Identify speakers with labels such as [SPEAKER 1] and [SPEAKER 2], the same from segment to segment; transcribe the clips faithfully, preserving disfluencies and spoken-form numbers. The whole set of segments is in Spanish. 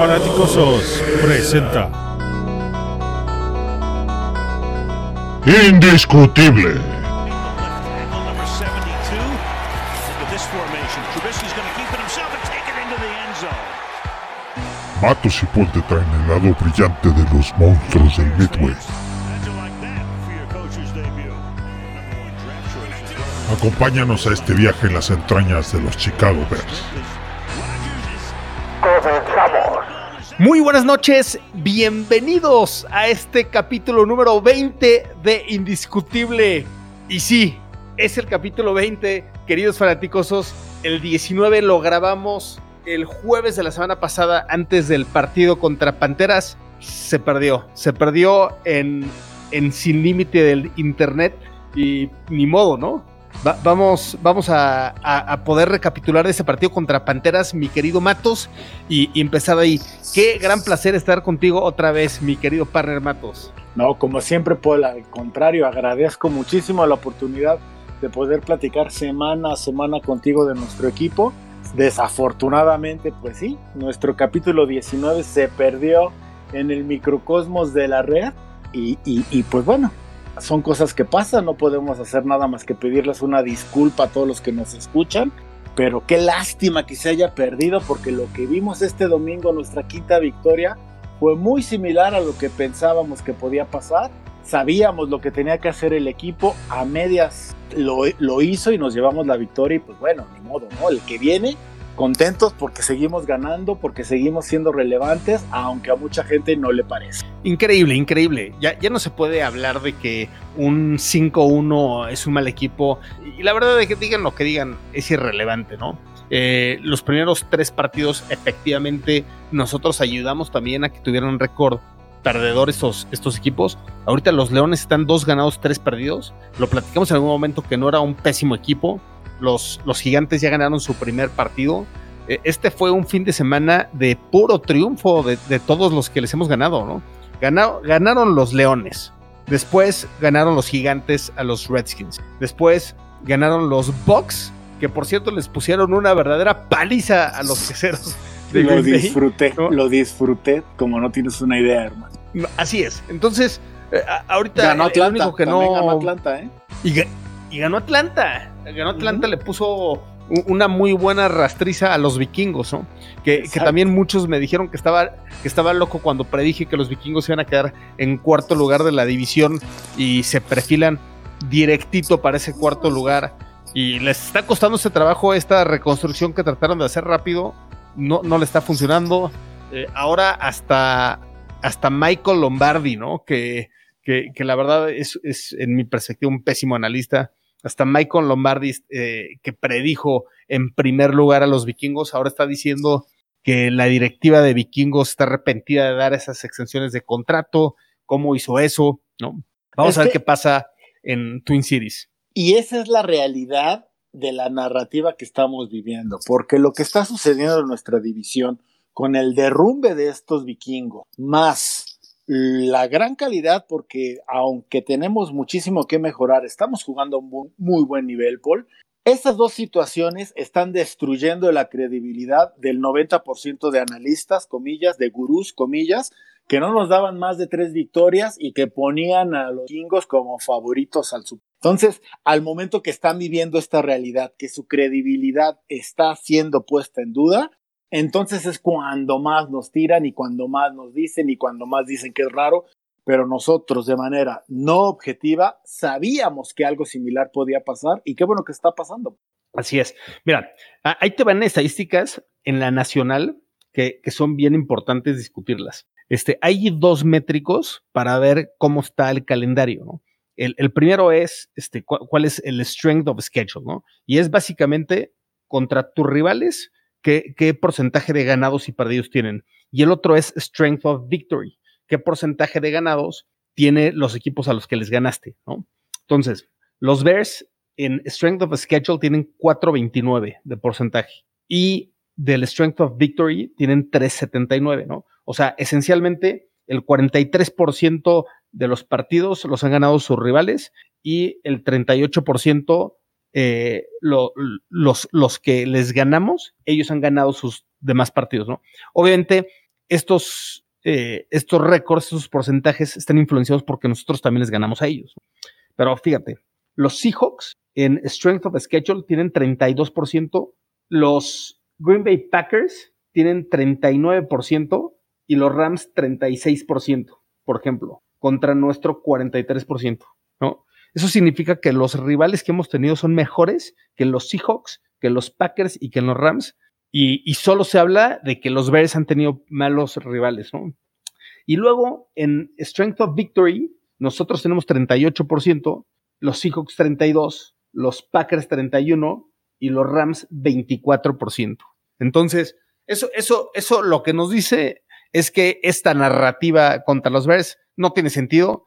[SPEAKER 1] Fanáticosos presenta
[SPEAKER 2] Indiscutible. Matos y Paul te traen el lado brillante de los monstruos del Midway. Acompáñanos a este viaje en las entrañas de los Chicago Bears.
[SPEAKER 3] ¡Comenzamos!
[SPEAKER 4] Muy buenas noches, bienvenidos a este capítulo número veinte de Indiscutible. Y sí, es el capítulo veinte, queridos fanaticosos. El diecinueve lo grabamos el jueves de la semana pasada, antes del partido contra Panteras. Se perdió, se perdió en, en Sin Límite del internet y ni modo, ¿no? Va, vamos vamos a, a, a poder recapitular ese partido contra Panteras, mi querido Matos, y, y empezar ahí. Qué gran placer estar contigo otra vez, mi querido partner Matos.
[SPEAKER 3] No, como siempre, Paul, al contrario, agradezco muchísimo la oportunidad de poder platicar semana a semana contigo de nuestro equipo. Desafortunadamente, pues sí, nuestro capítulo diecinueve se perdió en el microcosmos de la red y, y, y pues bueno, son cosas que pasan, no podemos hacer nada más que pedirles una disculpa a todos los que nos escuchan, pero qué lástima que se haya perdido, porque lo que vimos este domingo, nuestra quinta victoria, fue muy similar a lo que pensábamos que podía pasar. Sabíamos lo que tenía que hacer el equipo, a medias lo, lo hizo y nos llevamos la victoria y pues bueno, ni modo, ¿no? El que viene, contentos porque seguimos ganando, porque seguimos siendo relevantes, aunque a mucha gente no le parece.
[SPEAKER 4] Increíble, increíble. Ya, ya no se puede hablar de que un cinco uno es un mal equipo. Y la verdad es que digan lo que digan, es irrelevante, ¿no? Eh, los primeros tres partidos, efectivamente, nosotros ayudamos también a que tuvieran récord perdedor estos, estos equipos. Ahorita los Leones están dos ganados, tres perdidos. Lo platicamos en algún momento que no era un pésimo equipo. Los, los Gigantes ya ganaron su primer partido. Eh, este fue un fin de semana de puro triunfo de, de todos los que les hemos ganado, ¿no? Ganado, ganaron los Leones. Después ganaron los Gigantes a los Redskins. Después ganaron los Bucks, que por cierto les pusieron una verdadera paliza a los queseros. De
[SPEAKER 3] lo
[SPEAKER 4] Green Bay,
[SPEAKER 3] disfruté,
[SPEAKER 4] ¿no?
[SPEAKER 3] Lo disfruté como no tienes una idea, hermano.
[SPEAKER 4] No, así es. Entonces, eh, ahorita
[SPEAKER 3] ganó Atlanta,
[SPEAKER 4] el único que
[SPEAKER 3] también
[SPEAKER 4] no...
[SPEAKER 3] ganó Atlanta, ¿eh?
[SPEAKER 4] Y, y ganó Atlanta. Ganó Atlanta, uh-huh. Le puso una muy buena rastriza a los vikingos, ¿no? Que, que también muchos me dijeron que estaba, que estaba loco cuando predije que los vikingos iban a quedar en cuarto lugar de la división y se perfilan directito para ese cuarto lugar. Y les está costando ese trabajo, esta reconstrucción que trataron de hacer rápido. No, no le está funcionando. Eh, ahora hasta, hasta Michael Lombardi, ¿no? Que, que, que la verdad es, es, en mi perspectiva, un pésimo analista. Hasta Michael Lombardi, eh, que predijo en primer lugar a los vikingos, ahora está diciendo que la directiva de vikingos está arrepentida de dar esas extensiones de contrato. ¿Cómo hizo eso? ¿No? Vamos es a ver que... qué pasa en Twin Cities.
[SPEAKER 3] Y esa es la realidad de la narrativa que estamos viviendo, porque lo que está sucediendo en nuestra división, con el derrumbe de estos vikingos, más la gran calidad, porque aunque tenemos muchísimo que mejorar, estamos jugando a un muy, muy buen nivel, Paul. Estas dos situaciones están destruyendo la credibilidad del noventa por ciento de analistas, comillas, de gurús, comillas, que no nos daban más de tres victorias y que ponían a los vikingos como favoritos al Super. Entonces, al momento que están viviendo esta realidad, que su credibilidad está siendo puesta en duda, entonces es cuando más nos tiran y cuando más nos dicen y cuando más dicen que es raro, pero nosotros de manera no objetiva sabíamos que algo similar podía pasar y qué bueno que está pasando.
[SPEAKER 4] Así es. Mira, ahí te van estadísticas en la nacional que, que son bien importantes discutirlas. Este, hay dos métricos para ver cómo está el calendario, ¿no? El, el primero es este, cu- cuál es el strength of schedule, ¿no? Y es básicamente contra tus rivales qué, qué porcentaje de ganados y perdidos tienen. Y el otro es strength of victory, qué porcentaje de ganados tiene los equipos a los que les ganaste, ¿no? Entonces, los Bears en strength of schedule tienen cuatro veintinueve de porcentaje y del strength of victory tienen tres setenta y nueve, ¿no? O sea, esencialmente el cuarenta y tres por ciento de los partidos los han ganado sus rivales y el treinta y ocho por ciento eh, lo, los, los que les ganamos, ellos han ganado sus demás partidos, ¿no? Obviamente, estos, eh, estos récords, estos porcentajes están influenciados porque nosotros también les ganamos a ellos. Pero fíjate, los Seahawks en Strength of Schedule tienen treinta y dos por ciento, los Green Bay Packers tienen treinta y nueve por ciento y los Rams treinta y seis por ciento, por ejemplo, contra nuestro cuarenta y tres por ciento, ¿no? Eso significa que los rivales que hemos tenido son mejores que los Seahawks, que los Packers y que los Rams, y, y solo se habla de que los Bears han tenido malos rivales, ¿no? Y luego en Strength of Victory nosotros tenemos treinta y ocho por ciento, los Seahawks treinta y dos por ciento, los Packers treinta y uno por ciento y los Rams veinticuatro por ciento. Entonces, eso, eso, eso lo que nos dice es que esta narrativa contra los Bears no tiene sentido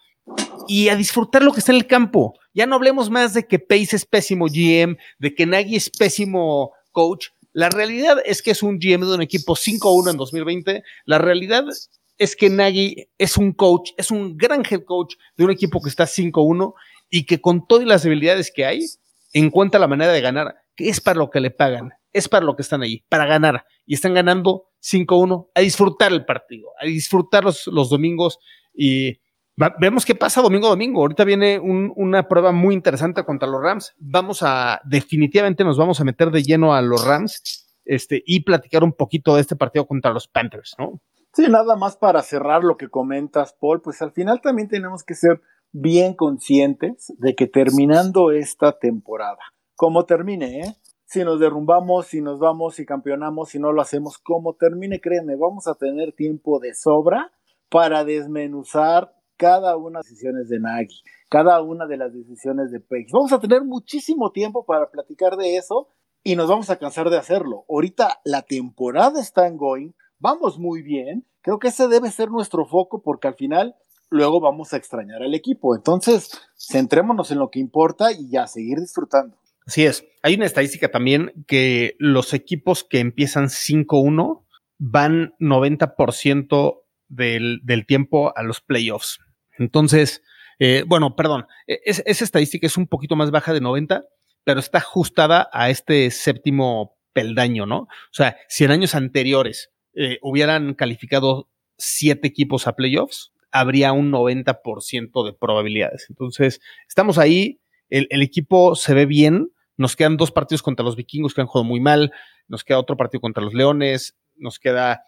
[SPEAKER 4] y a disfrutar lo que está en el campo. Ya no hablemos más de que Pace es pésimo G M, de que Nagy es pésimo coach. La realidad es que es un G M de un equipo cinco uno en dos mil veinte. La realidad es que Nagy es un coach, es un gran head coach de un equipo que está cinco uno y que con todas las debilidades que hay, encuentra la manera de ganar, que es para lo que le pagan, es para lo que están ahí, para ganar. Y están ganando cinco uno, a disfrutar el partido, a disfrutar los, los domingos y va, vemos qué pasa domingo a domingo. Ahorita viene un, una prueba muy interesante contra los Rams. Vamos a, definitivamente nos vamos a meter de lleno a los Rams este, y platicar un poquito de este partido contra los Panthers, ¿no?
[SPEAKER 3] Sí, nada más para cerrar lo que comentas, Paul, pues al final también tenemos que ser bien conscientes de que terminando esta temporada, como termine, ¿eh? Si nos derrumbamos, si nos vamos, si campeonamos, si no lo hacemos, como termine, créanme, vamos a tener tiempo de sobra para desmenuzar cada una de las decisiones de Nagy, cada una de las decisiones de Pace. Vamos a tener muchísimo tiempo para platicar de eso y nos vamos a cansar de hacerlo. Ahorita la temporada está en going, vamos muy bien, creo que ese debe ser nuestro foco porque al final luego vamos a extrañar al equipo. Entonces, centrémonos en lo que importa y ya, seguir disfrutando.
[SPEAKER 4] Así es. Hay una estadística también que los equipos que empiezan cinco uno van noventa por ciento del, del tiempo a los playoffs. Entonces, eh, bueno, perdón, es, esa estadística es un poquito más baja de noventa, pero está ajustada a este séptimo peldaño, ¿no? O sea, si en años anteriores eh, hubieran calificado siete equipos a playoffs, habría un noventa por ciento de probabilidades. Entonces, estamos ahí, el, el equipo se ve bien, nos quedan dos partidos contra los vikingos que han jugado muy mal, nos queda otro partido contra los leones, nos queda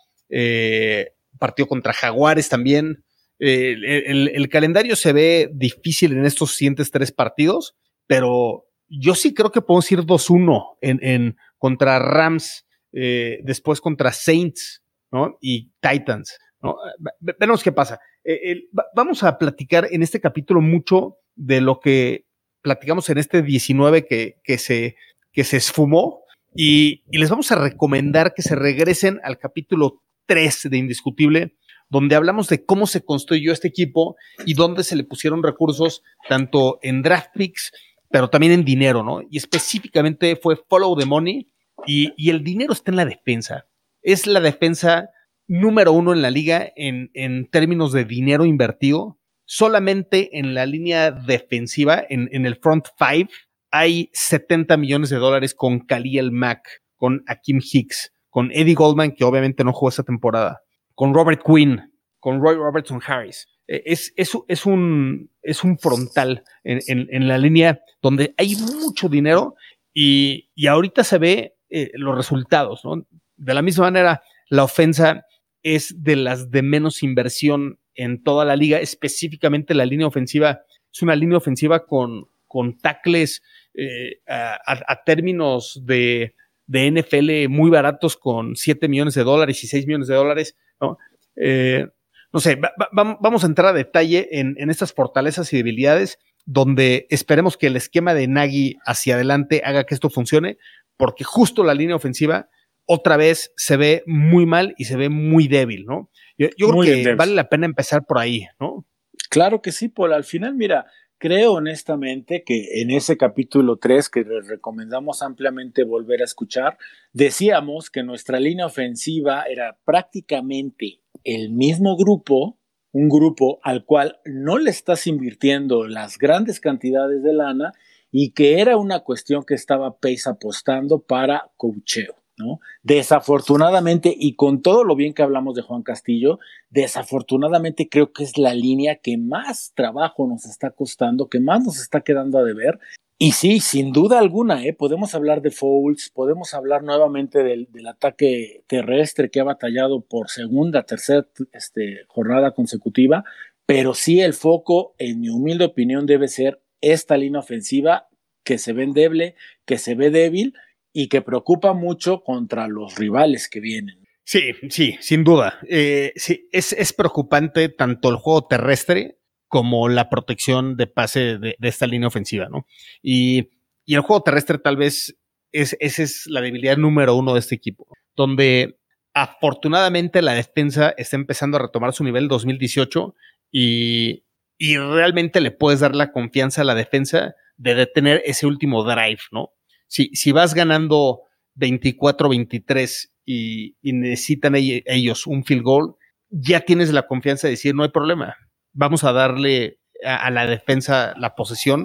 [SPEAKER 4] eh, partido contra jaguares también. Eh, el, el, el calendario se ve difícil en estos siguientes tres partidos, pero yo sí creo que podemos ir dos uno en, en, contra Rams, eh, después contra Saints, ¿no? Y Titans, ¿no? Veremos qué pasa. Eh, el, vamos a platicar en este capítulo mucho de lo que platicamos en este diecinueve que, que, se, que se esfumó y, y les vamos a recomendar que se regresen al capítulo tres de Indiscutible, donde hablamos de cómo se construyó este equipo y dónde se le pusieron recursos tanto en draft picks, pero también en dinero, ¿no? Y específicamente fue follow the money y, y el dinero está en la defensa. Es la defensa número uno en la liga en, en términos de dinero invertido. Solamente en la línea defensiva, en, en el front five, hay setenta millones de dólares con Khalil Mack, con Akeem Hicks, con Eddie Goldman, que obviamente no jugó esta temporada, con Robert Quinn, con Roy Robertson Harris. Es, es, es, un, es un frontal en, en, en la línea donde hay mucho dinero y, y ahorita se ve eh, los resultados, ¿no? De la misma manera, la ofensa es de las de menos inversión en toda la liga, específicamente la línea ofensiva. Es una línea ofensiva con, con tackles eh, a, a términos de, de N F L muy baratos, con siete millones de dólares y seis millones de dólares, ¿no? Eh, no sé, va, va, vamos a entrar a detalle en, en estas fortalezas y debilidades, donde esperemos que el esquema de Nagy hacia adelante haga que esto funcione, porque justo la línea ofensiva otra vez se ve muy mal y se ve muy débil, ¿no? Yo, yo creo que débil. Vale la pena empezar por ahí, ¿no?
[SPEAKER 3] Claro que sí, Paul. Al final, mira, creo honestamente que en ese capítulo tres, que les recomendamos ampliamente volver a escuchar, decíamos que nuestra línea ofensiva era prácticamente el mismo grupo, un grupo al cual no le estás invirtiendo las grandes cantidades de lana y que era una cuestión que estaba Pace apostando para coacheo. ¿no? Desafortunadamente, y con todo lo bien que hablamos de Juan Castillo, desafortunadamente creo que es la línea que más trabajo nos está costando, que más nos está quedando a deber. Y sí, sin duda alguna, ¿eh? Podemos hablar de Foles, podemos hablar nuevamente del, del ataque terrestre que ha batallado por segunda, tercera este, jornada consecutiva, pero sí el foco, en mi humilde opinión, debe ser esta línea ofensiva que se ve endeble, que se ve débil, y que preocupa mucho contra los rivales que vienen.
[SPEAKER 4] Sí, sí, sin duda. Eh, sí, es, es preocupante tanto el juego terrestre como la protección de pase de, de esta línea ofensiva, ¿no? Y, y el juego terrestre tal vez es, esa es la debilidad número uno de este equipo, donde afortunadamente la defensa está empezando a retomar su nivel dos mil dieciocho y, y realmente le puedes dar la confianza a la defensa de detener ese último drive, ¿no? Si, si vas ganando veinticuatro veintitrés y, y necesitan ellos un field goal, ya tienes la confianza de decir, no hay problema, vamos a darle a, a la defensa la posesión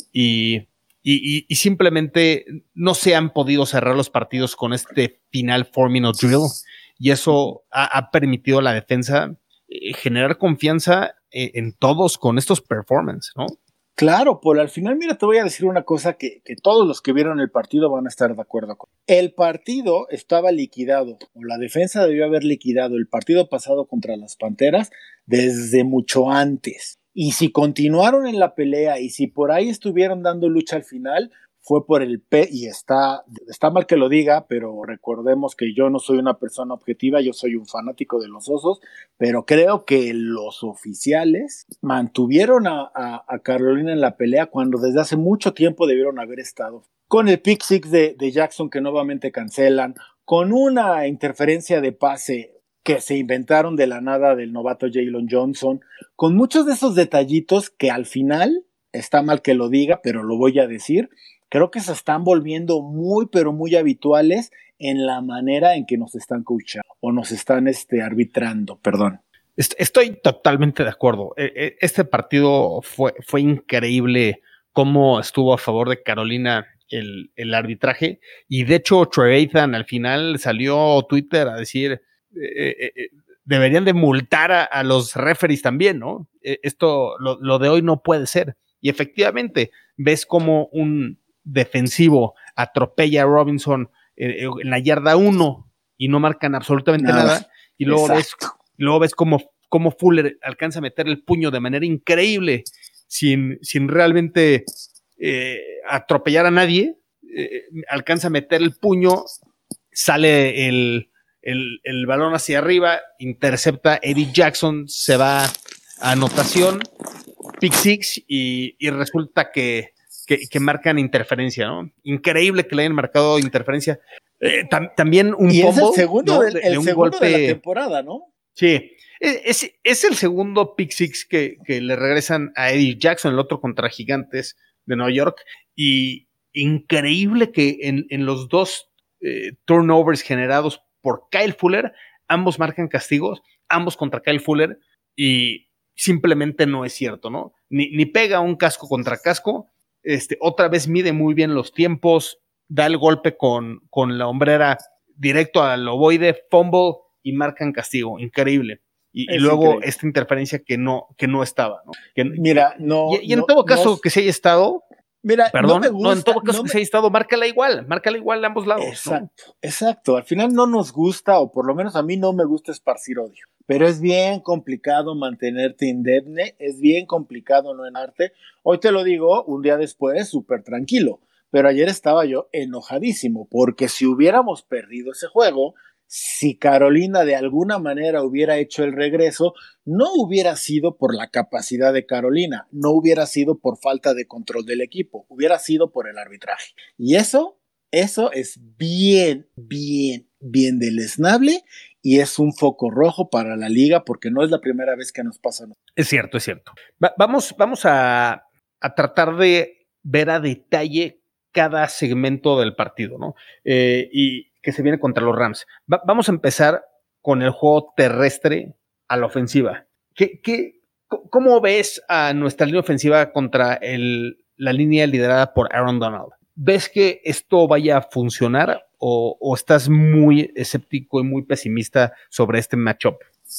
[SPEAKER 4] y, y, y simplemente no se han podido cerrar los partidos con este final four-minute drill, y eso ha, ha permitido a la defensa eh, generar confianza en, en todos con estos performances, ¿no?
[SPEAKER 3] Claro, Paul, al final, mira, te voy a decir una cosa que, que todos los que vieron el partido van a estar de acuerdo con. El partido estaba liquidado, o la defensa debió haber liquidado el partido pasado contra las Panteras desde mucho antes. Y si continuaron en la pelea y si por ahí estuvieron dando lucha al final, fue por el P, y está, está mal que lo diga, pero recordemos que yo no soy una persona objetiva, yo soy un fanático de los Osos, pero creo que los oficiales mantuvieron a, a, a Carolina en la pelea cuando desde hace mucho tiempo debieron haber estado. Con el pick six de, de Jackson que nuevamente cancelan, con una interferencia de pase que se inventaron de la nada del novato Jalen Johnson, con muchos de esos detallitos que al final, está mal que lo diga, pero lo voy a decir, creo que se están volviendo muy, pero muy habituales en la manera en que nos están coachando o nos están este, arbitrando, perdón.
[SPEAKER 4] Estoy totalmente de acuerdo. Este partido fue, fue increíble cómo estuvo a favor de Carolina el, el arbitraje, y de hecho Trevathan al final salió a Twitter a decir eh, eh, deberían de multar a, a los referees también, ¿no? Esto, lo, lo de hoy no puede ser. Y efectivamente, ves como un defensivo atropella a Robinson eh, en la yarda uno y no marcan absolutamente nada, nada y luego Exacto. ves, luego ves como, como Fuller alcanza a meter el puño de manera increíble sin, sin realmente eh, atropellar a nadie, eh, alcanza a meter el puño, sale el, el, el balón hacia arriba, intercepta Eddie Jackson, se va a anotación, pick six y, y resulta que Que, que marcan interferencia, ¿no? Increíble que le hayan marcado interferencia. Eh, tam, también un
[SPEAKER 3] y
[SPEAKER 4] pombo,
[SPEAKER 3] es el segundo,
[SPEAKER 4] ¿no?
[SPEAKER 3] del,
[SPEAKER 4] de,
[SPEAKER 3] el
[SPEAKER 4] de un
[SPEAKER 3] segundo
[SPEAKER 4] golpe,
[SPEAKER 3] de la temporada, ¿no?
[SPEAKER 4] Sí, es, es el segundo pick six que, que le regresan a Eddie Jackson, el otro contra Gigantes de Nueva York, y increíble que en, en los dos eh, turnovers generados por Kyle Fuller, ambos marcan castigos, ambos contra Kyle Fuller, y simplemente no es cierto, ¿no? Ni, ni pega un casco contra casco. Este, otra vez mide muy bien los tiempos, da el golpe con, con la hombrera directo al ovoide, fumble y marcan castigo, increíble. Y, y luego increíble. Esta interferencia que no, que no estaba, ¿no? Que,
[SPEAKER 3] mira, no.
[SPEAKER 4] Y, y en
[SPEAKER 3] no,
[SPEAKER 4] todo caso
[SPEAKER 3] no,
[SPEAKER 4] que se haya estado,
[SPEAKER 3] mira,
[SPEAKER 4] perdón,
[SPEAKER 3] no, me gusta,
[SPEAKER 4] no en todo caso
[SPEAKER 3] no
[SPEAKER 4] que
[SPEAKER 3] me...
[SPEAKER 4] se haya estado, márcala igual, márcala igual de ambos lados.
[SPEAKER 3] Exacto,
[SPEAKER 4] ¿no?
[SPEAKER 3] exacto. Al final no nos gusta, o por lo menos a mí no me gusta esparcir odio. Pero es bien complicado mantenerte indemne, es bien complicado no enojarte. Hoy te lo digo, un día después, súper tranquilo. Pero ayer estaba yo enojadísimo, porque si hubiéramos perdido ese juego, si Carolina de alguna manera hubiera hecho el regreso, no hubiera sido por la capacidad de Carolina, no hubiera sido por falta de control del equipo, hubiera sido por el arbitraje. Y eso, eso es bien, bien, bien deleznable. Y es un foco rojo para la liga porque no es la primera vez que nos pasa.
[SPEAKER 4] Es cierto, es cierto. Va- vamos vamos a, a tratar de ver a detalle cada segmento del partido, ¿no? Eh, y que se viene contra los Rams. Va- vamos a empezar con el juego terrestre a la ofensiva. ¿Qué, qué, ¿Cómo ves a nuestra línea ofensiva contra el, la línea liderada por Aaron Donald? ¿ves que esto vaya a funcionar o, o estás muy escéptico y muy pesimista sobre este matchup?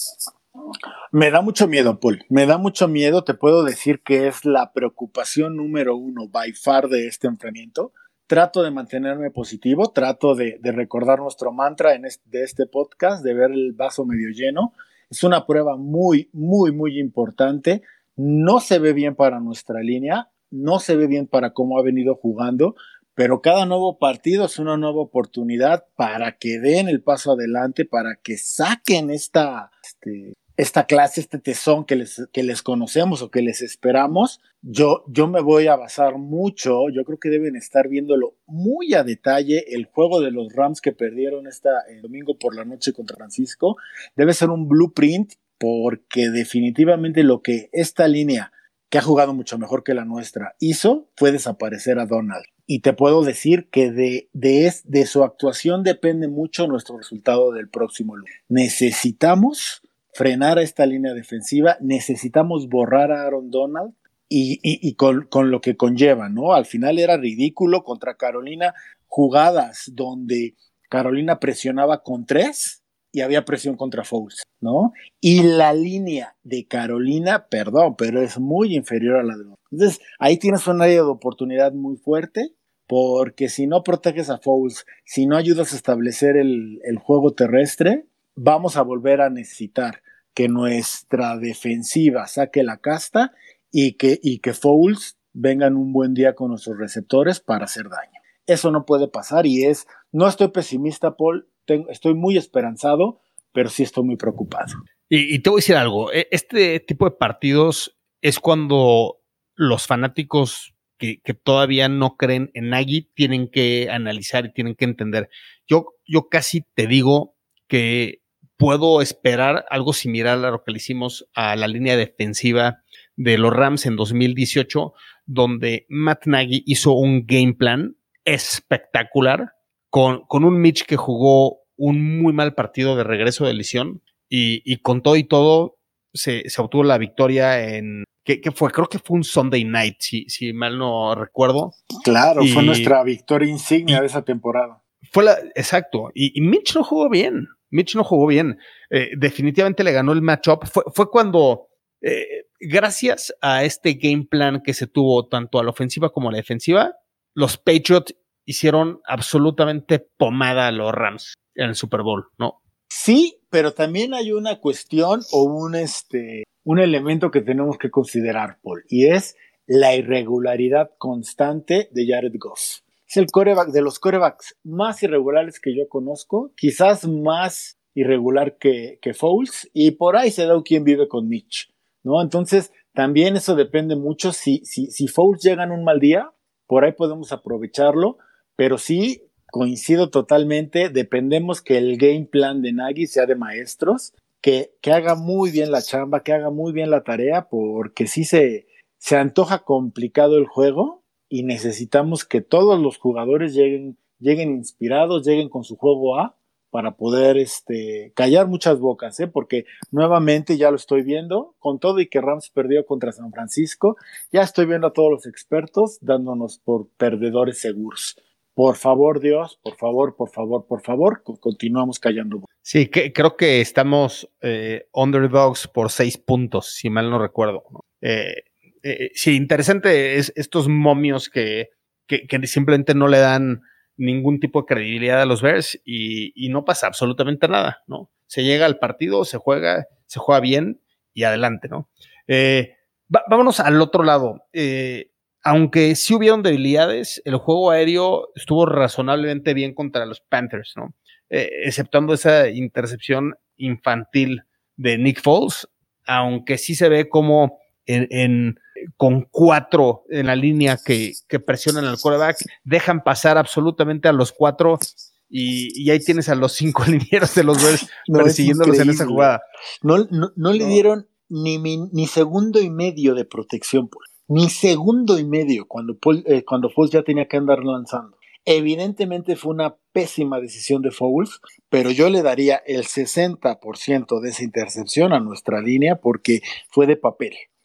[SPEAKER 3] Me da mucho miedo, Paul. Me da mucho miedo. Te puedo decir que es la preocupación número uno, by far, de este enfrentamiento. Trato de mantenerme positivo, trato de, de recordar nuestro mantra en este, de este podcast, de ver el vaso medio lleno. Es una prueba muy, muy, muy importante. No se ve bien para nuestra línea, no se ve bien para cómo ha venido jugando, pero cada nuevo partido es una nueva oportunidad para que den el paso adelante, para que saquen esta... Este, esta clase, este tesón que les, que les conocemos o que les esperamos. Yo, yo me voy a basar mucho, yo creo que deben estar viéndolo muy a detalle, el juego de los Rams que perdieron esta, el domingo por la noche contra Francisco. Debe ser un blueprint, porque definitivamente lo que esta línea, que ha jugado mucho mejor que la nuestra, hizo, fue desaparecer a Donald. Y te puedo decir que de, de, es, de su actuación depende mucho nuestro resultado del próximo lunes. Necesitamos frenar a esta línea defensiva, necesitamos borrar a Aaron Donald y, y, y con, con lo que conlleva, ¿no? Al final era ridículo contra Carolina, jugadas donde Carolina presionaba con tres y había presión contra Foles, ¿no? Y la línea de Carolina, perdón, pero es muy inferior a la de nosotros. Entonces, ahí tienes un área de oportunidad muy fuerte, porque si no proteges a Foles, si no ayudas a establecer el, el juego terrestre, vamos a volver a necesitar que nuestra defensiva saque la casta y que, y que Foles venga en un buen día con nuestros receptores para hacer daño. Eso no puede pasar y es, no estoy pesimista, Paul, tengo, estoy muy esperanzado, pero sí estoy muy preocupado.
[SPEAKER 4] Y, y te voy a decir algo, este tipo de partidos es cuando los fanáticos que, que todavía no creen en Nagy tienen que analizar y tienen que entender. Yo, yo casi te digo que puedo esperar algo similar a lo que le hicimos a la línea defensiva de los Rams en dos mil dieciocho, donde Matt Nagy hizo un game plan espectacular con, con un Mitch que jugó un muy mal partido de regreso de lesión y, y con todo y todo se, se obtuvo la victoria en... ¿Qué, qué fue? Creo que fue un Sunday night, si, si mal no recuerdo.
[SPEAKER 3] Claro,
[SPEAKER 4] y,
[SPEAKER 3] fue nuestra victoria insignia y, de esa temporada.
[SPEAKER 4] Fue la, exacto, y, y Mitch no jugó bien. Mitch no jugó bien. Eh, definitivamente le ganó el matchup. Fue, fue cuando, eh, gracias a este game plan que se tuvo tanto a la ofensiva como a la defensiva, los Patriots hicieron absolutamente pomada a los Rams en el Super Bowl, ¿no?
[SPEAKER 3] Sí, pero también hay una cuestión o un, este, un elemento que tenemos que considerar, Paul, y es la irregularidad constante de Jared Goff. Es el quarterback de los quarterbacks más irregulares que yo conozco, quizás más irregular que, que Foles, y por ahí se da quien vive con Mitch, ¿no? Entonces, también eso depende mucho. Si, si, si Foles llega en un mal día, por ahí podemos aprovecharlo, pero sí, coincido totalmente, dependemos que el game plan de Nagy sea de maestros, que, que haga muy bien la chamba, que haga muy bien la tarea, porque sí se, se antoja complicado el juego, y necesitamos que todos los jugadores lleguen, lleguen inspirados, lleguen con su juego A para poder este, callar muchas bocas, ¿eh? Porque nuevamente ya lo estoy viendo, con todo y que Rams perdió contra San Francisco, ya estoy viendo a todos los expertos dándonos por perdedores seguros. Por favor, Dios, por favor, por favor, por favor, continuamos callando bocas.
[SPEAKER 4] Sí, que, creo que estamos eh, underdogs por seis puntos, si mal no recuerdo, ¿no? Eh, Eh, sí, interesante es estos momios que, que, que simplemente no le dan ningún tipo de credibilidad a los Bears y, y no pasa absolutamente nada, ¿no? Se llega al partido, se juega, se juega bien y adelante, ¿no? Eh, va, vámonos al otro lado. Eh, aunque sí hubieron debilidades, el juego aéreo estuvo razonablemente bien contra los Panthers, ¿no? Eh, exceptuando esa intercepción infantil de Nick Foles, aunque sí se ve como en, en con cuatro en la línea que, que presionan al quarterback, dejan pasar absolutamente a los cuatro y, y ahí tienes a los cinco linieros de los Bears no, persiguiéndolos en esa jugada.
[SPEAKER 3] No, no, no le dieron ni, ni segundo y medio de protección, Paul. Ni segundo y medio cuando, Paul, eh, cuando Foles ya tenía que andar lanzando. Evidentemente fue una pésima decisión de Foles, pero yo le daría el sesenta por ciento de esa intercepción a nuestra línea porque fue de papel.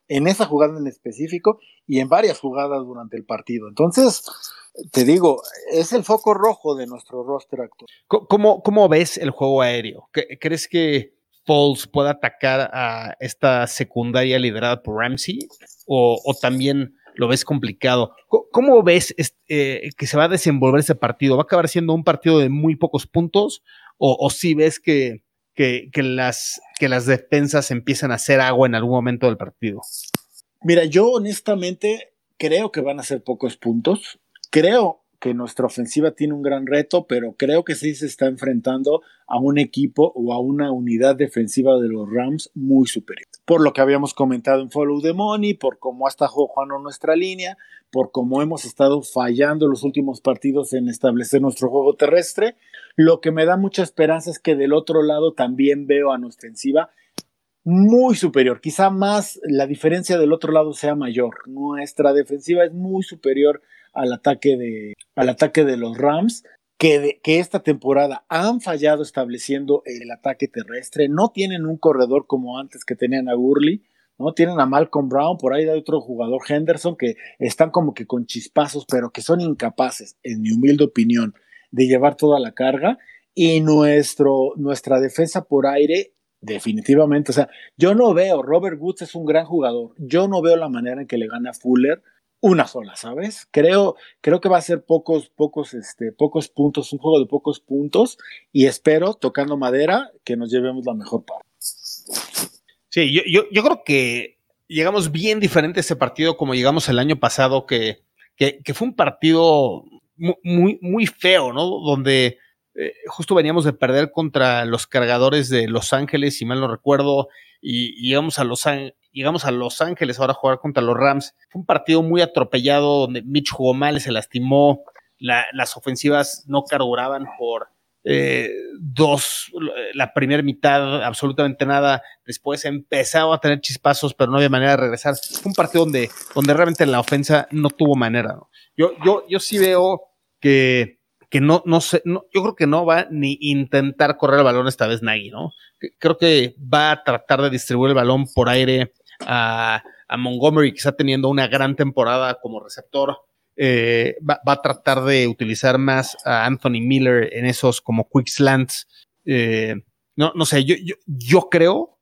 [SPEAKER 3] en esa jugada en específico y en varias jugadas durante el partido. Entonces, te digo, es el foco rojo de nuestro roster actual.
[SPEAKER 4] ¿Cómo, cómo ves el juego aéreo? ¿Crees que Foles pueda atacar a esta secundaria liderada por Ramsey? ¿O, o también lo ves complicado? ¿Cómo ves este, eh, que se va a desenvolver ese partido? ¿Va a acabar siendo un partido de muy pocos puntos? ¿O, o si ves que, que, que, las, que las defensas empiezan a hacer agua en algún momento del partido?
[SPEAKER 3] Mira, yo honestamente creo que van a ser pocos puntos. Creo que nuestra ofensiva tiene un gran reto, pero creo que sí se está enfrentando a un equipo o a una unidad defensiva de los Rams muy superior. Por lo que habíamos comentado en Follow the Money, por cómo ha estado jugando nuestra línea, por cómo hemos estado fallando los últimos partidos en establecer nuestro juego terrestre. Lo que me da mucha esperanza es que del otro lado también veo a nuestra ofensiva muy superior, quizá más la diferencia del otro lado sea mayor. Nuestra defensiva es muy superior al ataque de, al ataque de los Rams, que, de, que esta temporada han fallado estableciendo el ataque terrestre. No tienen un corredor como antes que tenían a Gurley, ¿no? Tienen a Malcolm Brown, por ahí hay otro jugador, Henderson, que están como que con chispazos, pero que son incapaces, en mi humilde opinión, de llevar toda la carga. Y nuestro, nuestra defensa por aire, definitivamente, o sea, yo no veo, Robert Woods es un gran jugador, yo no veo la manera en que le gana a Fuller una sola, ¿sabes? Creo, creo que va a ser pocos, pocos, este, pocos puntos, un juego de pocos puntos, y espero, tocando madera, que nos llevemos la mejor parte.
[SPEAKER 4] Sí, yo, yo, yo creo que llegamos bien diferente a ese partido como llegamos el año pasado, que, que, que fue un partido muy, muy feo, ¿no? Donde eh, justo veníamos de perder contra los Cargadores de Los Ángeles, si mal no recuerdo, y, y llegamos a Los Ángeles. Llegamos a Los Ángeles ahora a jugar contra los Rams. Fue un partido muy atropellado donde Mitch jugó mal, se lastimó. La, las ofensivas no carburaban por eh, dos, la primera mitad, absolutamente nada. Después empezaba a tener chispazos, pero no había manera de regresar. Fue un partido donde, donde realmente la ofensa no tuvo manera, ¿no? Yo, yo, yo sí veo que, que no, no sé, no, yo creo que no va ni intentar correr el balón esta vez Nagy, ¿no? Creo que va a tratar de distribuir el balón por aire a, a Montgomery, que está teniendo una gran temporada como receptor. Eh, va, va a tratar de utilizar más a Anthony Miller en esos como quick slants. Eh, no, no sé, yo, yo, yo creo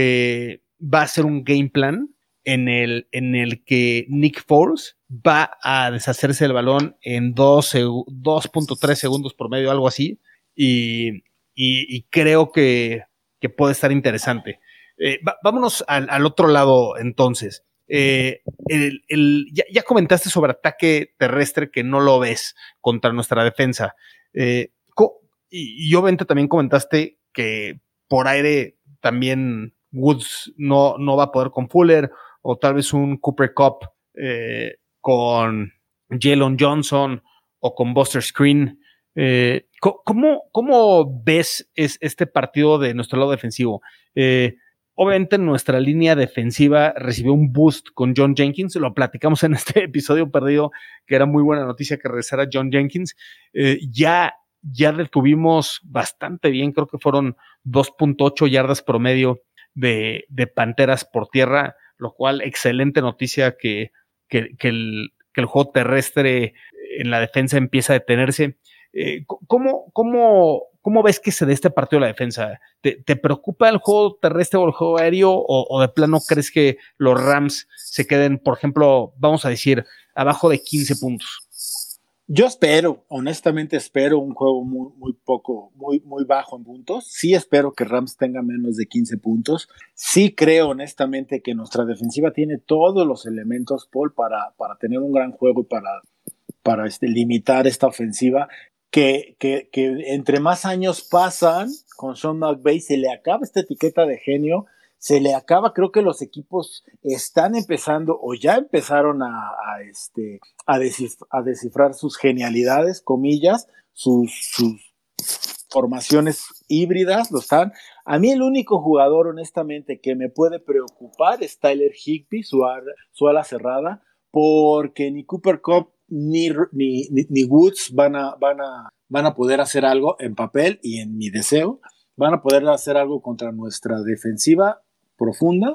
[SPEAKER 4] que va a ser un game plan en el, en el que Nick Foles va a deshacerse del balón en dos punto tres segundos por medio, algo así, y, y, y creo que, que puede estar interesante. Eh, va, vámonos al, al otro lado entonces. Eh, el, el, ya, ya comentaste sobre ataque terrestre que no lo ves contra nuestra defensa. Eh, co- y, y obviamente también comentaste que por aire también Woods no, no va a poder con Fuller, o tal vez un Cooper Kupp eh, con Jalen Johnson o con Buster Screen. Eh, ¿cómo, ¿Cómo ves es, este partido de nuestro lado defensivo? Eh, Obviamente nuestra línea defensiva recibió un boost con John Jenkins, lo platicamos en este episodio perdido, que era muy buena noticia que regresara John Jenkins. Eh, ya, ya detuvimos bastante bien, creo que fueron dos punto ocho yardas promedio de, de Panteras por tierra, lo cual excelente noticia que, que, que, el, que el juego terrestre en la defensa empieza a detenerse. Eh, ¿cómo, cómo, ¿Cómo ves que se dé este partido de la defensa? ¿Te, te preocupa el juego terrestre o el juego aéreo? O, ¿O de plano crees que los Rams se queden, por ejemplo, vamos a decir, abajo de quince puntos?
[SPEAKER 3] Yo espero, honestamente espero un juego muy, muy poco, muy, muy bajo en puntos. Sí espero que Rams tenga menos de quince puntos. Sí creo honestamente que nuestra defensiva tiene todos los elementos, Paul, para, para tener un gran juego y para, para este, limitar esta ofensiva. Que, que, que entre más años pasan con Sean McVay se le acaba esta etiqueta de genio, se le acaba, creo que los equipos están empezando o ya empezaron a, a, este, a, descifrar, a descifrar sus genialidades, comillas, sus, sus formaciones híbridas, lo están. A mí el único jugador honestamente que me puede preocupar es Tyler Higbee, su, su ala cerrada, porque ni Cooper Kupp Ni, ni, ni Woods van a, van, a, van a poder hacer algo en papel y en mi deseo, van a poder hacer algo contra nuestra defensiva profunda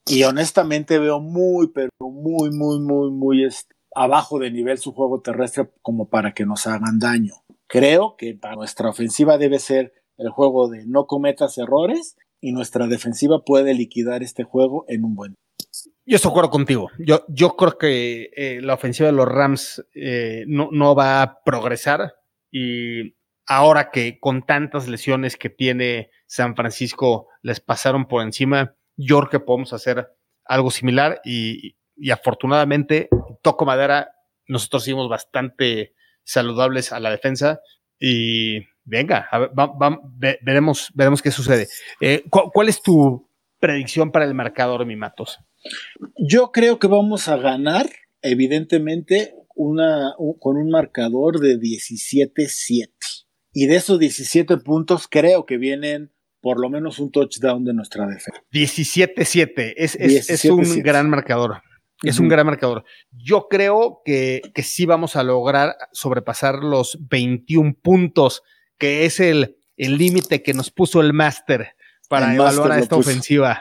[SPEAKER 3] y honestamente veo muy, pero muy, muy, muy, muy este, abajo de nivel su juego terrestre como para que nos hagan daño. Creo que para nuestra ofensiva debe ser el juego de no cometas errores y nuestra defensiva puede liquidar este juego en un buen.
[SPEAKER 4] Yo estoy de acuerdo contigo. Yo, yo creo que eh, la ofensiva de los Rams eh, no, no va a progresar y ahora que con tantas lesiones que tiene San Francisco les pasaron por encima, yo creo que podemos hacer algo similar y, y afortunadamente, toco madera, nosotros seguimos bastante saludables a la defensa y venga, a ver, va, va, ve, veremos, veremos qué sucede. Eh, ¿cu- ¿Cuál es tu predicción para el marcador, mi Matos?
[SPEAKER 3] Yo creo que vamos a ganar, evidentemente, una, un, con un marcador de diecisiete siete. Y de esos diecisiete puntos, creo que vienen por lo menos un touchdown de nuestra defensa.
[SPEAKER 4] diecisiete siete. Es, es, es un gran marcador. Es uh-huh. un gran marcador. Yo creo que, que sí vamos a lograr sobrepasar los veintiún puntos, que es el límite que nos puso el máster para el evaluar a esta puso. ofensiva.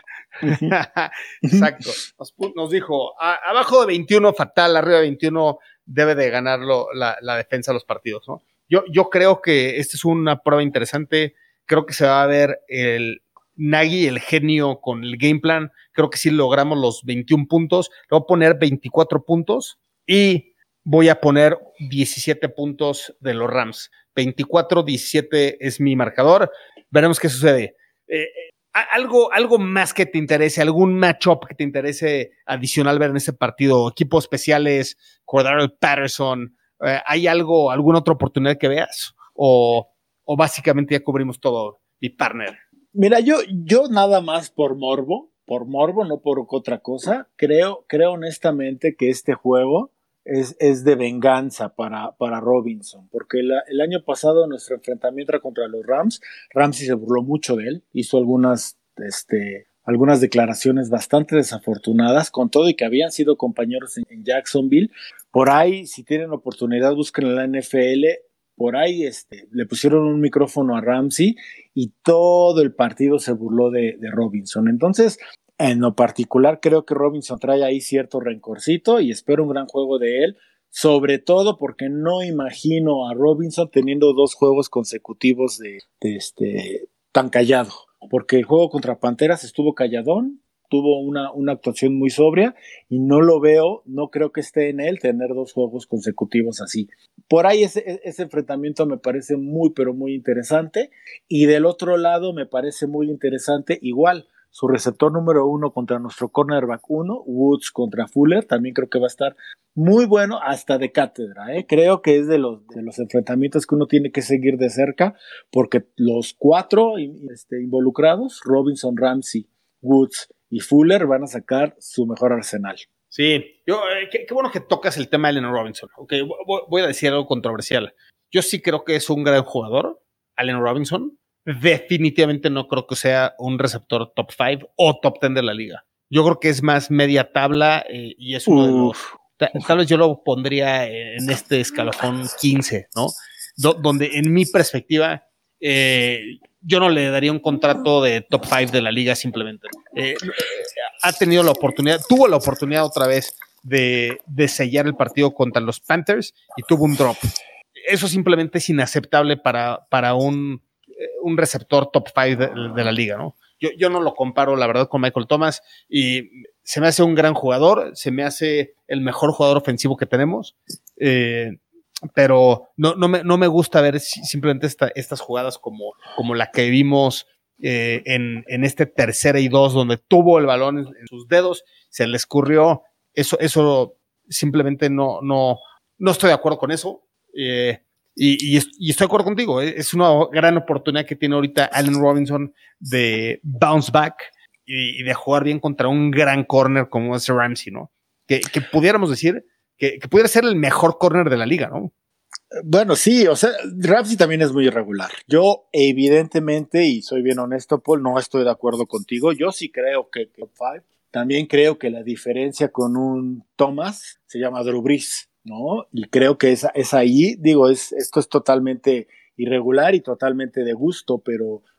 [SPEAKER 4] Exacto. Nos, nos dijo, a, abajo de veintiuno fatal, arriba de veintiuno debe de ganarlo la, la defensa de los partidos, ¿no? Yo, yo creo que esta es una prueba interesante. Creo que se va a ver el Nagy, el genio con el game plan. Creo que sí logramos los veintiún puntos. Le voy a poner veinticuatro puntos y voy a poner diecisiete puntos de los Rams. veinticuatro diecisiete es mi marcador. Veremos qué sucede. Eh, algo, algo más que te interese, algún matchup que te interese adicional ver en ese partido, equipos especiales, Cordarrelle Patterson, eh, ¿hay algo, alguna otra oportunidad que veas? O, o básicamente ya cubrimos todo, mi partner.
[SPEAKER 3] Mira, yo, yo nada más por morbo, por morbo, no por otra cosa, creo, creo honestamente que este juego es, es de venganza para, para Robinson, porque la, el año pasado nuestro enfrentamiento era contra los Rams, Ramsey se burló mucho de él, hizo algunas, este, algunas declaraciones bastante desafortunadas, con todo y que habían sido compañeros en, en Jacksonville. Por ahí, si tienen oportunidad, busquen en la N F L, por ahí este, le pusieron un micrófono a Ramsey y todo el partido se burló de, de Robinson. Entonces, en lo particular, creo que Robinson trae ahí cierto rencorcito y espero un gran juego de él, sobre todo porque no imagino a Robinson teniendo dos juegos consecutivos de, de este, tan callado, porque el juego contra Panteras estuvo calladón, tuvo una, una actuación muy sobria y no lo veo, no creo que esté en él tener dos juegos consecutivos así. Por ahí ese, ese enfrentamiento me parece muy, pero muy interesante. Y del otro lado me parece muy interesante igual su receptor número uno contra nuestro cornerback uno, Woods contra Fuller, también creo que va a estar muy bueno, hasta de cátedra, ¿eh? Creo que es de los, de los enfrentamientos que uno tiene que seguir de cerca, porque los cuatro este, involucrados, Robinson, Ramsey, Woods y Fuller, van a sacar su mejor arsenal.
[SPEAKER 4] Sí, yo, eh, qué, qué bueno que tocas el tema de Allen Robinson. Okay, voy, voy a decir algo controversial. Yo sí creo que es un gran jugador, Allen Robinson. Definitivamente no creo que sea un receptor top cinco o top diez de la liga. Yo creo que es más media tabla eh, y es uno Uf. de los... Ta, tal vez yo lo pondría en este escalafón quince, ¿no? Do, donde en mi perspectiva eh, yo no le daría un contrato de top cinco de la liga simplemente. Eh, ha tenido la oportunidad, tuvo la oportunidad otra vez de, de sellar el partido contra los Panthers y tuvo un drop. Eso simplemente es inaceptable para, para un, un receptor top cinco de, de la liga, ¿no? Yo, yo no lo comparo, la verdad, con Michael Thomas y se me hace un gran jugador, se me hace el mejor jugador ofensivo que tenemos, eh, pero no, no, me, no me gusta ver simplemente esta, estas jugadas como, como la que vimos eh, en, en este tercera y dos, donde tuvo el balón en, en sus dedos, se le escurrió, eso, eso simplemente no, no, no estoy de acuerdo con eso. Eh, Y, y, y estoy de acuerdo contigo, es una gran oportunidad que tiene ahorita Allen Robinson de bounce back y, y de jugar bien contra un gran corner como es Ramsey, ¿no? Que, que pudiéramos decir que, que pudiera ser el mejor corner de la liga, ¿no?
[SPEAKER 3] Bueno, sí, o sea, Ramsey también es muy irregular. Yo, evidentemente, y soy bien honesto, Paul, no estoy de acuerdo contigo. Yo sí creo que top cinco. También creo que la diferencia con un Thomas se llama Drew Brees, ¿no? Y creo que es, es ahí, digo, es, esto es totalmente irregular y totalmente de gusto, pero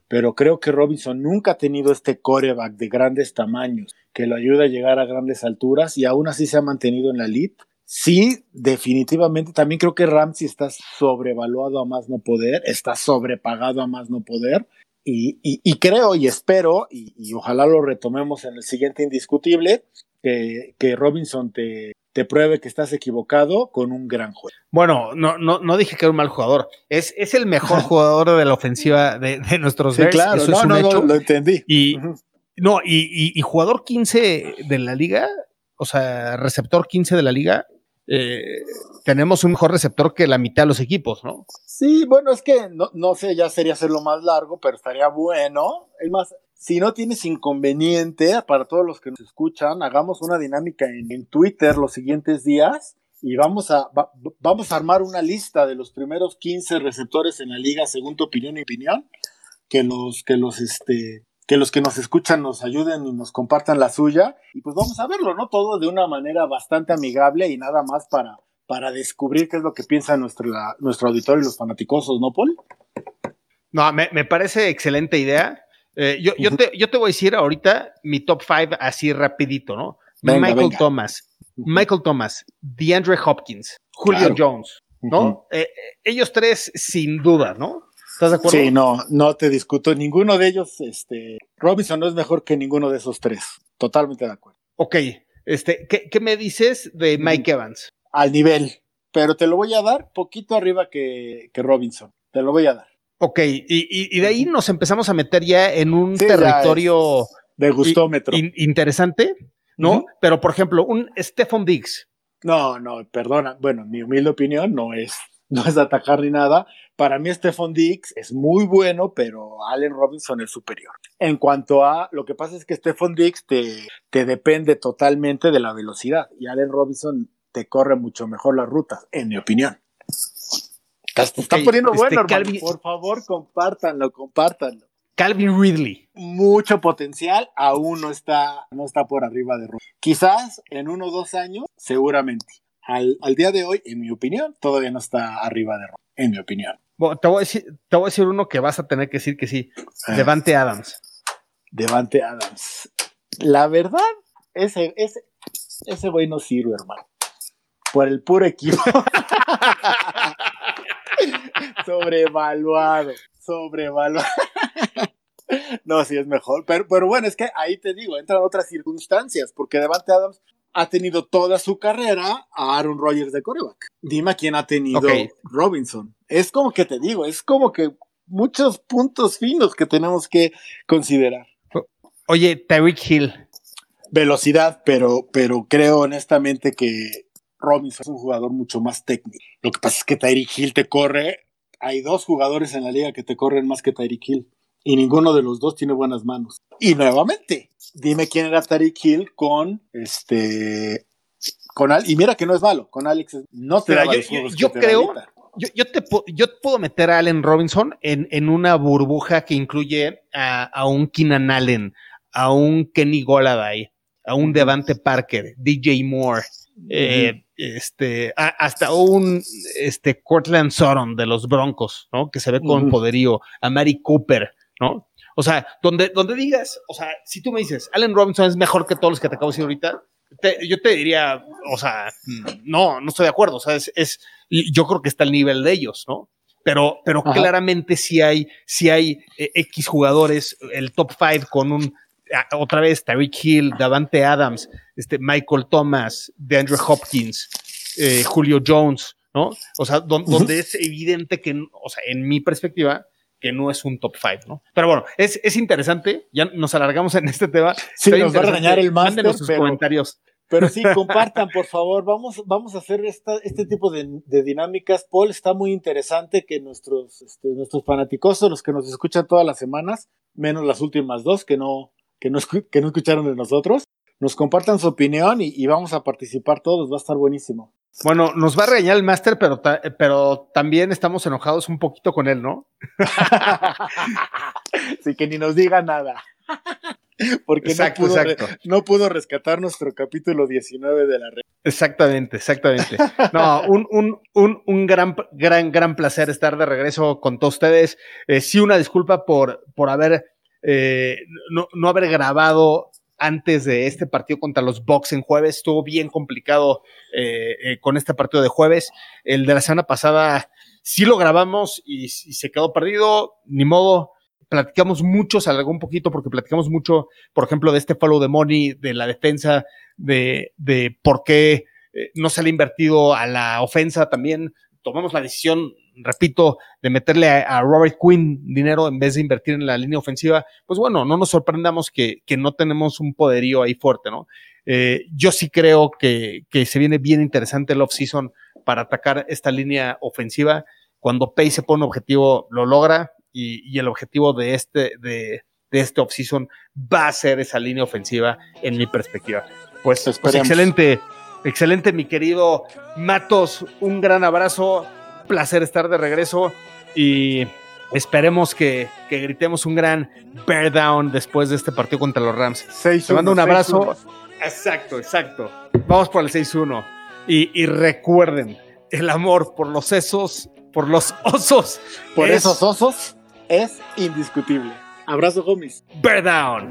[SPEAKER 3] pero creo que Robinson nunca ha tenido este quarterback de grandes tamaños que lo ayuda a llegar a grandes alturas y aún así se ha mantenido en la elite. Sí, definitivamente, también creo que Ramsey está sobrevaluado a más no poder, está sobrepagado a más no poder, y, y, y creo y espero, y, y ojalá lo retomemos en el siguiente indiscutible, que, que Robinson te, te pruebe que estás equivocado con un gran juego.
[SPEAKER 4] Bueno, no, no, no dije que era un mal jugador, es, es el mejor jugador de la ofensiva de, de nuestros
[SPEAKER 3] sí,
[SPEAKER 4] Bears,
[SPEAKER 3] claro,
[SPEAKER 4] eso
[SPEAKER 3] no,
[SPEAKER 4] es un
[SPEAKER 3] no,
[SPEAKER 4] hecho.
[SPEAKER 3] no, lo entendí.
[SPEAKER 4] Y,
[SPEAKER 3] uh-huh.
[SPEAKER 4] no, y, y, y jugador quince de la liga, o sea, receptor quince de la liga, Eh, tenemos un mejor receptor que la mitad de los equipos, ¿no?
[SPEAKER 3] Sí, bueno, es que no, no sé, ya sería hacerlo más largo, pero estaría bueno. Es más, si no tienes inconveniente, para todos los que nos escuchan, hagamos una dinámica en, en Twitter los siguientes días y vamos a, va, vamos a armar una lista de los primeros quince receptores en la liga, según tu opinión y opinión, que los, que los, este... que los que nos escuchan nos ayuden y nos compartan la suya, y pues vamos a verlo, ¿no? Todo de una manera bastante amigable y nada más para, para descubrir qué es lo que piensa nuestro, la, nuestro auditorio y los fanaticosos, ¿no, Paul?
[SPEAKER 4] No, me, me parece excelente idea. Eh, yo, uh-huh. yo, te, yo te voy a decir ahorita mi top five así rapidito, ¿no? Venga, Michael venga. Thomas, uh-huh. Michael Thomas, DeAndre Hopkins, Julio claro. Jones, ¿no? Uh-huh. Eh, ellos tres sin duda, ¿no? ¿Estás de acuerdo?
[SPEAKER 3] Sí, no, no te discuto. Ninguno de ellos, este, Robinson no es mejor que ninguno de esos tres. Totalmente de acuerdo.
[SPEAKER 4] Ok, este, ¿qué, qué me dices de Mike Evans?
[SPEAKER 3] Al nivel, pero te lo voy a dar poquito arriba que, que Robinson. Te lo voy a dar.
[SPEAKER 4] Ok, y, y, y de ahí nos empezamos a meter ya en un sí, territorio
[SPEAKER 3] de gustómetro
[SPEAKER 4] in, interesante, ¿no? Uh-huh. Pero, por ejemplo, un Stephon Diggs.
[SPEAKER 3] No, no, perdona. Bueno, mi humilde opinión no es, no es atacar ni nada. Para mí Stephon Diggs es muy bueno, pero Allen Robinson es superior. En cuanto a, lo que pasa es que Stephon Diggs te, te depende totalmente de la velocidad y Allen Robinson te corre mucho mejor las rutas, en mi opinión. Te okay, está poniendo este bueno, hermano. Calvin, por favor, compártanlo, compártanlo.
[SPEAKER 4] Calvin Ridley.
[SPEAKER 3] Mucho potencial, aún no está, no está por arriba de Robinson. Quizás en uno o dos años, seguramente. Al, al día de hoy, en mi opinión, todavía no está arriba de Robinson, en mi opinión.
[SPEAKER 4] Bueno, te, voy a decir, te voy a decir uno que vas a tener que decir que sí. Ah. Devante Adams.
[SPEAKER 3] Devante Adams. La verdad, ese, ese, ese güey no sirve, hermano. Por el puro equipo. Sobrevaluado. Sobrevaluado. No, sí es mejor. Pero, pero bueno, es que ahí te digo, entran otras circunstancias, porque Devante Adams ha tenido toda su carrera a Aaron Rodgers de quarterback. Dime a quién ha tenido okay. Robinson. Es como que te digo, es como que muchos puntos finos que tenemos que considerar.
[SPEAKER 4] Oye, Tyreek Hill.
[SPEAKER 3] Velocidad, pero, pero creo honestamente que Robinson es un jugador mucho más técnico. Lo que pasa es que Tyreek Hill te corre. Hay dos jugadores en la liga que te corren más que Tyreek Hill. Y ninguno de los dos tiene buenas manos. Y nuevamente, dime quién era Tyreek Hill con este. Con Al, y mira que no es malo, con Alex no te da
[SPEAKER 4] yo, yo, yo creo, yo, yo, te, yo puedo meter a Allen Robinson en, en una burbuja que incluye a, a un Keenan Allen, a un Kenny Golladay, a un uh-huh. Devante Parker, D J Moore, uh-huh. eh, este, a, hasta un este, Cortland Sutton de los Broncos, ¿no? Que se ve con uh-huh. poderío, a Mari Cooper, ¿no? O sea, donde, donde digas, o sea, si tú me dices, Allen Robinson es mejor que todos los que te acabo de decir ahorita, te, yo te diría, o sea, no, no estoy de acuerdo, o sea, es, es yo creo que está al nivel de ellos, ¿no? Pero, pero claramente sí hay, sí hay eh, X jugadores, el top five con un, a, otra vez, Tyreek Hill, Davante Adams, este, Michael Thomas, DeAndre Hopkins, eh, Julio Jones, ¿no? O sea, don, uh-huh. donde es evidente que, o sea, en mi perspectiva, que no es un top five, ¿no? Pero bueno, es, es interesante, ya nos alargamos en este tema.
[SPEAKER 3] Sí, nos va a regañar el máster.
[SPEAKER 4] Mándenos sus
[SPEAKER 3] pero,
[SPEAKER 4] comentarios.
[SPEAKER 3] Pero sí, compartan, por favor. Vamos, vamos a hacer esta, este tipo de, de dinámicas. Paul, está muy interesante que nuestros, este, nuestros fanaticosos, los que nos escuchan todas las semanas, menos las últimas dos que no, que no, que no escucharon de nosotros, nos compartan su opinión y, y vamos a participar todos. Va a estar buenísimo.
[SPEAKER 4] Bueno, nos va a regañar el máster, pero, ta- pero también estamos enojados un poquito con él, ¿no?
[SPEAKER 3] Así que ni nos diga nada. Porque
[SPEAKER 4] exacto,
[SPEAKER 3] no, pudo
[SPEAKER 4] exacto.
[SPEAKER 3] Re, no pudo rescatar nuestro capítulo diecinueve de la red.
[SPEAKER 4] Exactamente, exactamente. No, un, un, un, un gran, gran, gran placer estar de regreso con todos ustedes. Eh, sí, una disculpa por, por haber, eh, no, no haber grabado antes de este partido contra los Bucks en jueves. Estuvo bien complicado eh, eh, con este partido de jueves. El de la semana pasada sí lo grabamos y, y se quedó perdido, ni modo. Platicamos mucho, se alargó un poquito porque platicamos mucho, por ejemplo, de este follow the money, de la defensa, de, de por qué eh, no se le ha invertido a la ofensa también. Tomamos la decisión, repito, de meterle a, a Robert Quinn dinero en vez de invertir en la línea ofensiva. Pues bueno, no nos sorprendamos que, que no tenemos un poderío ahí fuerte, ¿no? Eh, yo sí creo que, que se viene bien interesante el off-season para atacar esta línea ofensiva. Cuando Pace se pone un objetivo, lo logra. Y, y el objetivo de este, de, de este offseason va a ser esa línea ofensiva, en mi perspectiva. Pues, pues excelente, excelente, mi querido Matos. Un gran abrazo, placer estar de regreso y esperemos que, que gritemos un gran bear down después de este partido contra los Rams. Te mando un abrazo. seis uno. Exacto, exacto. Vamos por el seis uno. Y, y recuerden, el amor por los esos, por los osos.
[SPEAKER 3] Por es... esos osos. Es indiscutible. Abrazo, homies.
[SPEAKER 4] Bear down.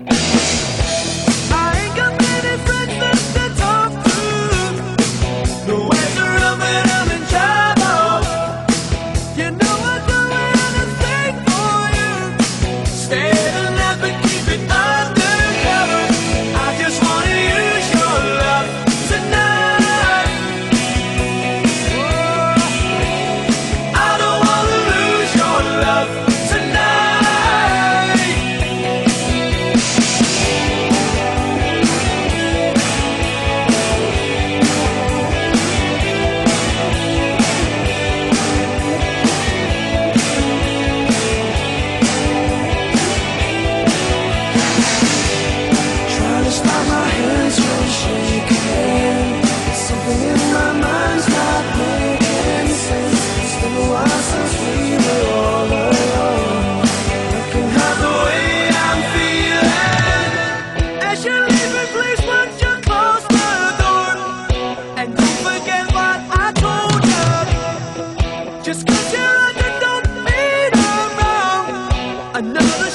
[SPEAKER 5] Just 'cause you're like I don't mean I'm wrong. Another